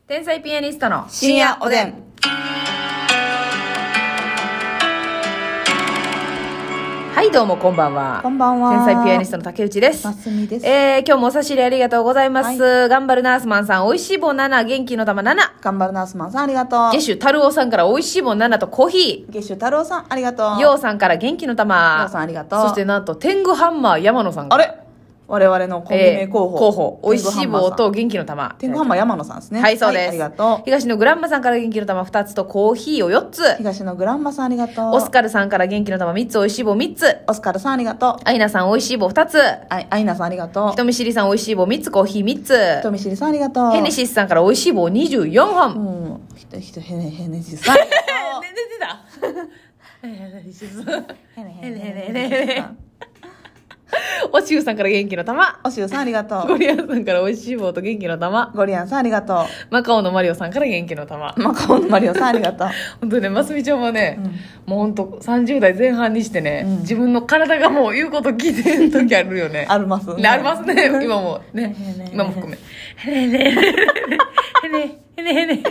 天才ピアニストの深夜おでん。 はい、どうもこんばんは。 こんばんは。 天才ピアニストの竹内です。 ますみです。 今日もお差し入れありがとうございます。 は頑張るナースマンさん、おいしい棒7、元気の玉7。 頑張るナースマンさんありがとう。 ゲシュ太郎さんからおいしい棒7とコーヒゲッシュ太郎さんありがとう。 ー。ヨウさんから元気の玉。 ヨウさんありがとう。 そしてなんと、天狗ハンマー山野さんから。 あれ我々のコンビ名候補。 候補。おいしい棒と元気の玉。 天狗ハンマー山野さんですね。 はい、そうです。 ありがとう。 東のグランマさんから元気の玉2つとコーヒーを4つ。 東のグランマさんありがとう。 オスカルさんから元気の玉3つ、おいしい棒3つ。 オスカルさんありがとう。 アイナさんおいしい棒2つ。 アイナさんありがとう。 人見知りさんおいしい棒3つ、コーヒー3つ。 人見知りさんありがとう。 ヘネシスさんからおいしい棒24本。 ヘネシスさんありがとう。 出てた。ヘネシス。 ヘネおしゅうさんから元気の玉。 おしゅうさんありがとう。 ゴリアンさんからおいしい棒と元気の玉。 ゴリアンさんありがとマカオのマリオさんから元気の玉。 う。マカオのマリオさんありがとう。 本当ね、ますみちゃんはね、もう本当30代前半にしてね、自分の体がもう言うこと聞いてる時あるよね。 ありますね。 ありますね、今もね。今も含め。へねへねへねへねへね。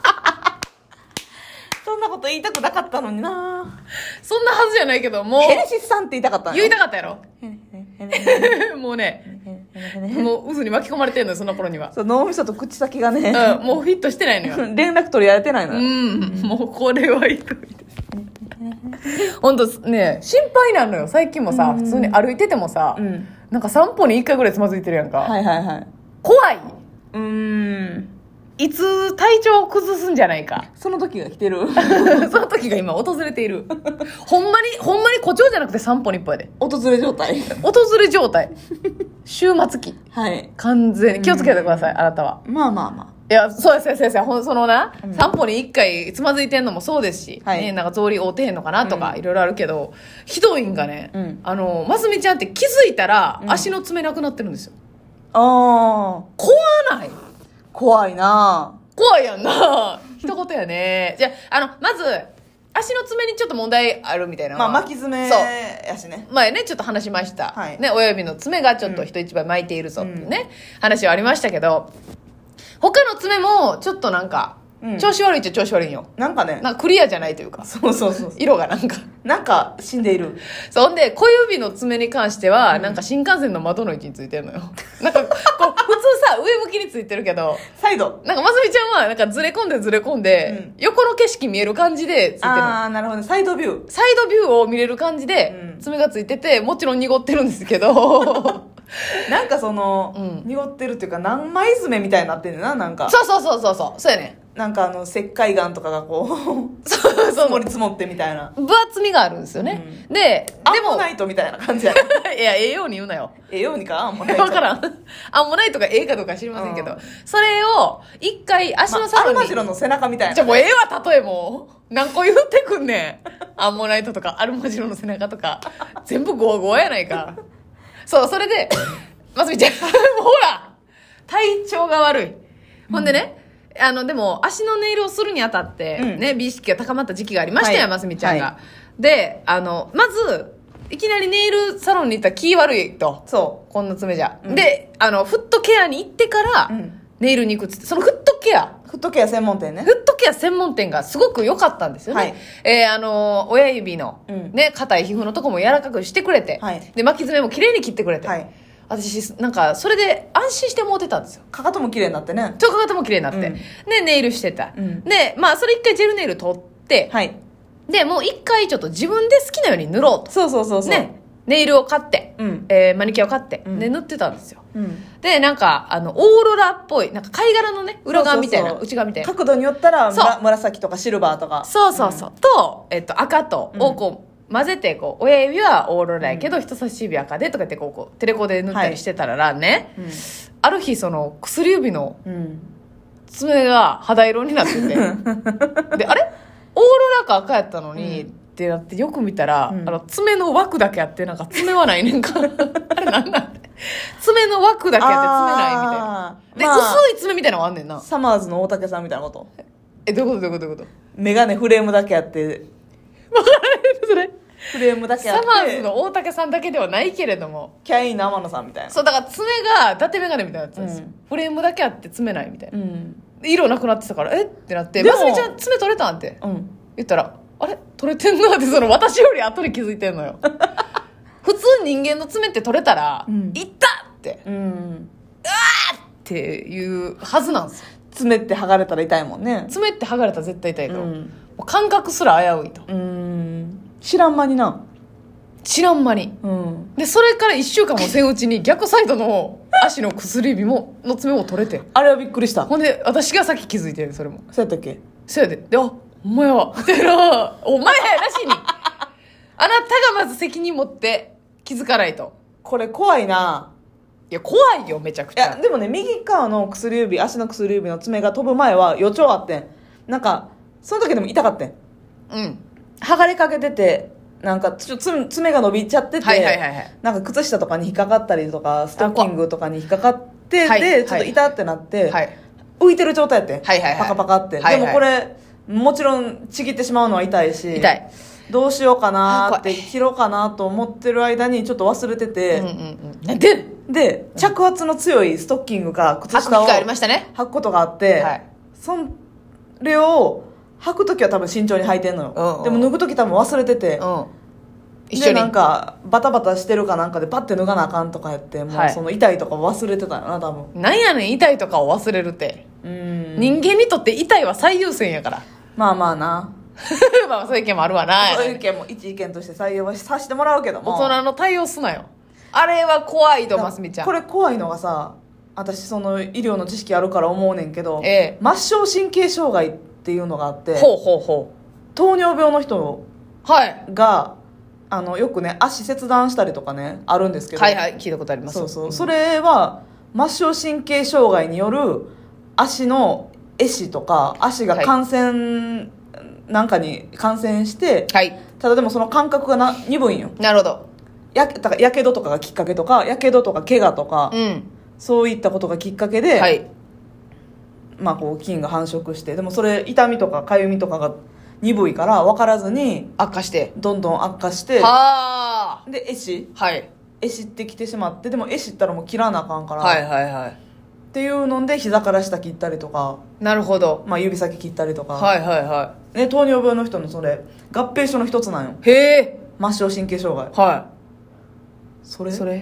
そんなこと言いたくなかったのにな。 そんなはずじゃないけど、もう。 ヘネシスさんって言いたかったのよ。 言いたかったやろ。 ヘネもうね、もう渦に巻き込まれてんのよ、その頃には。 そう、脳みそと口先がね、 うん、もうフィットしてないのよ。 連絡取り合えてないのよ。 うん、もうこれはいいとです。ほんとね、心配なのよ。最近もさ、普通に歩いててもさ、なんか散歩に1回ぐらいつまずいてるやんか。 はいはいはい。 怖い。 ん。 いつ体調を崩すんじゃないか。 その時が来てる。 その時が今訪れている。ほんまに誇張じゃなくて散歩に一歩やで。 訪れ状態。 訪れ状態。週末期。 はい。 完全に。気をつけてください、あなたは。 まあまあまいや、そうです、先生。そのな、散歩に一回つまずいてんのもそうですし、 はいね、なんか草履合うてへんのかなとか、いろいろあるけど、ひどいんがね、ますみちゃんって気づいたら、足の爪なくなってるんですよ。 あ。ああ。 怖ない怖いな。 怖いやんな。一言やね。じゃあ、まず、足の爪にちょっと問題あるみたいなのは。 まあ巻き爪そうやしね。 前ね、ちょっと話しました。 はいね、親指の爪がちょっと人一倍巻いているぞっていうね、話はありましたけど、他の爪もちょっとなんか、調子悪いっちゃ調子悪いんよ。 なんかね。 なんかクリアじゃないというか。 そうそうそう。 色がなんか。 なんか死んでいる。 そんで、小指の爪に関しては、なんか新幹線の窓の位置についてるのよ。なんか、こう、普通さ、上向きについてるけど、 サイド。 なんか、ますみちゃんは、なんかずれ込んで、横の景色見える感じでついてるの。 ああ、なるほど。サイドビュー。 サイドビューを見れる感じで、爪がついてて、もちろん濁ってるんですけど、 なんかその、濁ってるっていうか、何枚爪みたいになってんねんな、なんか。 そうやね。 なんか石灰岩とかがこう、 そう積もり積もってみたいな。 分厚みがあるんですよね。でも、 アンモナイトみたいな感じやね。 いや、ええように言うなよ。 ええようにかアンモナイト。 わからん。アンモナイトがええかどうか知りませんけど、それを、一回足のサロンに。 アルマジロの背中みたいな。 じゃあもうええわ、例えもう。何個言ってくんねん。アンモナイトとか、アルマジロの背中とか、全部ゴワゴワやないか。そう、それで、ますみちゃん、もうほら、体調が悪い。ほんでね、でも、足のネイルをするにあたって、ね、美意識が高まった時期がありましたよ、ますみちゃんが。で、まず、いきなりネイルサロンに行ったら気悪いと。 そう。 こんな爪じゃ。で、フットケアに行ってから、ネイルに行くっつって、そのフットケア専門店ね。 フットケア専門店がすごく良かったんですよね。親指の、ね、硬い皮膚のとこも柔らかくしてくれて、で、巻き爪も綺麗に切ってくれて、私、なんか、それで安心してもうてたんですよ。 かかとも綺麗になってね。 かかとも綺麗になって。で、ネイルしてた。で、まあ、それ一回ジェルネイル取って、で、もう一回ちょっと自分で好きなように塗ろうと。 そう。 ね。ネイルを買って、マニキュアを買って、で、塗ってたんですよ。で、なんか、オーロラっぽい、なんか貝殻のね、裏側みたいな、内側みたいな。 角度によったら、紫とかシルバーとか。 そう。と、赤と、をこう、混ぜて、こう、親指はオーロラやけど、人差し指赤でとかって、こう、テレコで塗ったりしてたらね、ある日、その、薬指の爪が肌色になってて、で、あれオーロラか赤やったのに、ってなってよく見たら、爪の枠だけあって、なんか爪はないねんか。あれなんなん爪の枠だけあって爪ないみたいな。で、薄い爪みたいなのがあんねんな。 サマーズの大竹さんみたいなこと。 どういうことメガネフレームだけあって。 わからないそれ。 フレームだけあって。 サマーズの大竹さんだけではないけれども。 キャインの天野さんみたいな。 そう、だから爪が伊達メガネみたいなやつですよ。フレームだけあって爪ないみたいな。 色なくなってたからってなって、 でもますみちゃん爪取れたんってうん言ったら、あれ取れてんなって、その私より後に気づいてんのよ普通人間の爪って取れたら、いったってっていうはずなんですよ。 爪って剥がれたら痛いもんね。 爪って剥がれたら絶対痛いと、もう感覚すら危ういと、 知らん間にな。 知らん間に、でそれから1週間もせんうちに逆サイドの足の薬指の爪も取れて、 あれはびっくりした。 ほんで私が先気づいてる、それもそうやったっけ。 そうやで、で、あ、お前はみたいな、お前やらしいにあなたがまず責任持って気づかないと。 これ怖いな。 いや怖いよめちゃくちゃ。 いやでもね、右側の薬指、足の薬指の爪が飛ぶ前は予兆あってん。なんかその時でも痛かってん。剥がれかけてて、なんか爪が伸びちゃってて、なんか靴下とかに引っかかったりとかストッキングとかに引っかかってで、ちょっと痛ってなって、浮いてる状態やってん、パカパカって、でもこれもちろんちぎってしまうのは痛いし、どうしようかなって切ろうかなと思ってる間にちょっと忘れてて、で着圧の強いストッキングか靴下を履くことがあって、それを履くときは多分慎重に履いてんのよ、でも脱ぐとき多分忘れてて、一緒になんかバタバタしてるかなんかでパッて脱がなあかんとかやって、もうその痛いとか忘れてたよな多分。 なんやねん痛いとかを忘れるって。人間にとって痛いは最優先やからまあまあなまあそういう意見もあるわな。 そういう意見も一意見として採用はさせてもらうけども、 大人の対応すなよ。あれは怖いと、ますみちゃん。 これ怖いのがさ、私その医療の知識あるから思うねんけど、末梢神経障害っていうのがあって、糖尿病の人が、よくね足切断したりとかねあるんですけど、 聞いたことあります。 それは末梢神経障害による足の壊死とか足が感染、なんかに感染して、ただでもその感覚が鈍いんよ。 なるほど。 だからやけどとかがきっかけとか、やけどとか怪我とか、そういったことがきっかけで、まあこう菌が繁殖して、でもそれ痛みとかかゆみとかが鈍いから分からずに悪化して、 どんどん悪化して、で壊死、壊死ってきてしまって、でも壊死ったらもう切らなあかんから、っていうので膝から下切ったりとか、 なるほど、 まあ、指先切ったりとか、 ね、 糖尿病の人のそれ合併症の一つなんよ。 へえ。 末梢神経障害。そ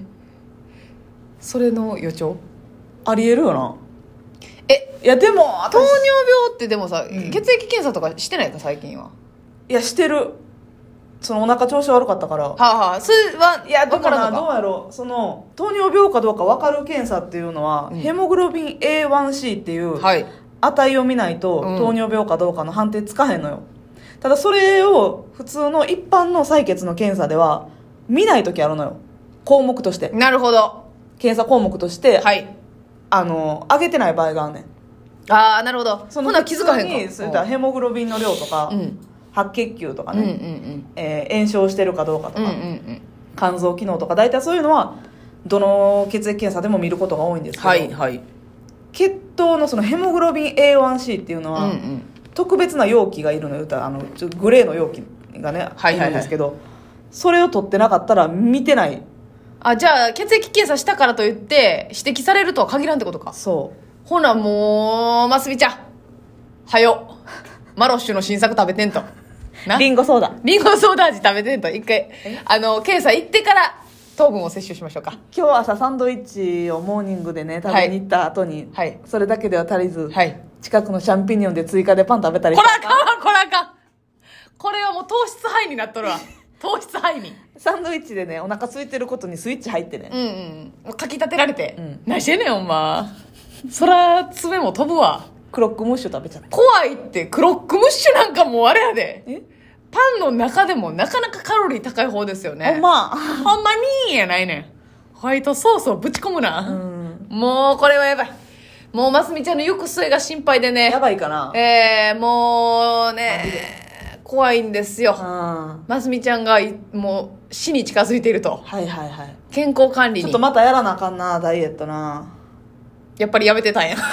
れの予兆ありえるよな。いやでも糖尿病ってでもさ、血液検査とかしてないか最近は。 いやしてる。そのお腹調子悪かったから、 それは、 いやだからどうやろう、その糖尿病かどうか分かる検査っていうのは、ヘモグロビン A1C っていう値を見ないと、糖尿病かどうかの判定つかへんのよ。ただそれを普通の一般の採血の検査では見ない時あるのよ、項目として。 なるほど。 検査項目として、上げてない場合があるねん。 なるほど。 その気づかへんか。そういったヘモグロビンの量とか、白血球とかね、炎症してるかどうかとか、肝臓機能とか、大体そういうのはどの血液検査でも見ることが多いんですけど、血糖のそのヘモグロビン A1C っていうのは、特別な容器がいるのよ。グレーの容器がね、いるんですけど、それを取ってなかったら見てない。 じゃあ血液検査したからといって指摘されるとは限らんってことか。ほなもうますみちゃんはよマロッシュの新作食べてんとリンゴソーダ味食べてんと、一回検査行ってから糖分を摂取しましょうか。 今日朝サンドイッチをモーニングでね食べに行った後に、それだけでは足りず、近くのシャンピニオンで追加でパン食べたり。 これあかんこれはもう糖質ハイになっとるわ糖質ハイに。 サンドイッチでねお腹空いてることにスイッチ入ってね、 かき立てられて、何してんねんお前そら爪も飛ぶわ。 クロックムッシュ食べちゃった。 怖いって。クロックムッシュなんかもうあれやで、パンの中でもなかなかカロリー高い方ですよね。ほんまにやないねん。ホワイトソースをぶち込むな、もうこれはやばい。もうますみちゃんの行く末が心配でね。 やばいかな。 もうね怖いんですよ。ますみちゃんがもう死に近づいていると。健康管理にちょっとまたやらなあかんな、ダイエットな。 やっぱりやめてたんや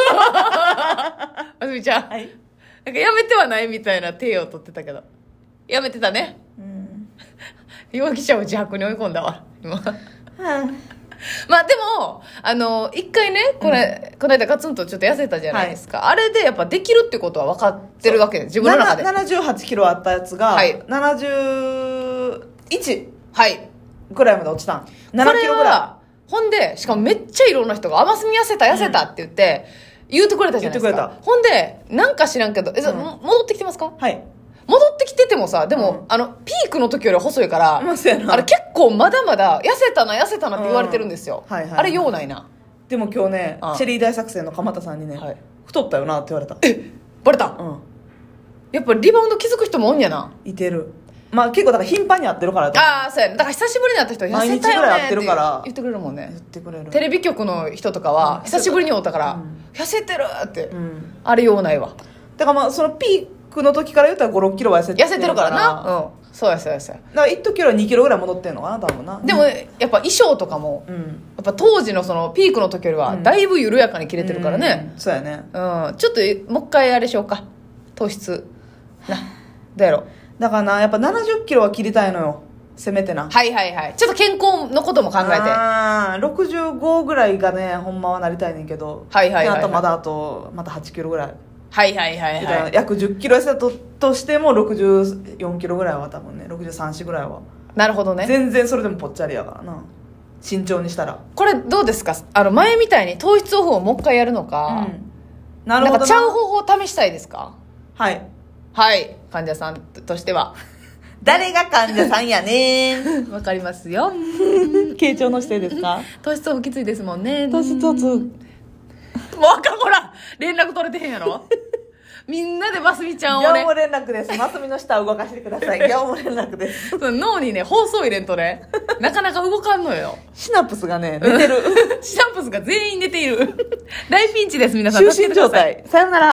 ますみちゃん、なんかやめてはないみたいな手を取ってたけどやめてたね。容疑者を自白に追い込んだわ今まあでも、一回ね、この間ガツンとちょっと痩せたじゃないですか。あれでやっぱできるってことは分かってるわけで、自分の中で。 78キロあったやつが、 はい 71 はい。 ぐらいまで落ちたん。7キロぐらほんで、しかもめっちゃいろんな人が、甘すみ痩せたって言って、言うてくれたじゃないですか。 言ってくれたほんで、なんか知らんけど、戻ってきてますか？ い。はい。 戻ってきててもさ、でも、ピークの時よりは細いから、 まあそうやなあれ結構まだまだ、痩せたなって言われてるんですよ。 はいはいはいあれ用ないな。 でも今日ねああチェリー大作戦の鎌田さんにね、 はい太ったよなって言われた。 バレた、 うんやっぱリバウンド気づく人もおんやな。 いてる。まあ結構だから頻繁に会ってるからああ、そうやね。だから久しぶりに会った人、痩せたよね毎日ぐらい会ってるから言ってくれるもんね言。ってくれる。 テレビ局の人とかは、久しぶりに会ったから、痩せてるって。あれ用ないわ。 だからまあそのピークの時から言ったら5、6キロは痩せてる痩せてるからな。うん。そうやそうやそうや。 だから1時は2キロぐらい戻ってんのかな多分な。 でも、やっぱ衣装とかも、やっぱ当時のそのピークの時よりは、だいぶ緩やかに着れてるからね。 そうやね。 ちょっと、もう一回あれしようか。糖質。な。どうやろう。 だからなやっぱ70キロは切りたいのよせめてな。 はいはいはい。ちょっと健康のことも考えて。 65ぐらいがねほんまはなりたいねんけど、 はいはいはいはいあとまた8キロぐらい、 はいはいはいだからはい。 約10キロ痩せたとしても64キロぐらいは多分ね63、4ぐらいはなるほどね。 全然それでもぽっちゃりやからな身長にしたら。 これどうですか？前みたいに糖質オフをもう一回やるのか、 なるほどな。 んかちゃう方法を試したいですか？ はいはい。患者さんとしては。 誰が患者さんやねんわかりますよ。 傾聴の姿勢ですか？ 糖質オフきついですもんね。 糖質オフもうあかん、ほら連絡取れてへんやろみんなでますみちゃんをね業務連絡です。ますみの下を動かしてください。業務連絡です。 その脳にね放送入れんとねなかなか動かんのよ。 シナプスがね寝てるシナプスが全員寝ている大ピンチです。皆さん就助け寝状てください。 態。さよなら。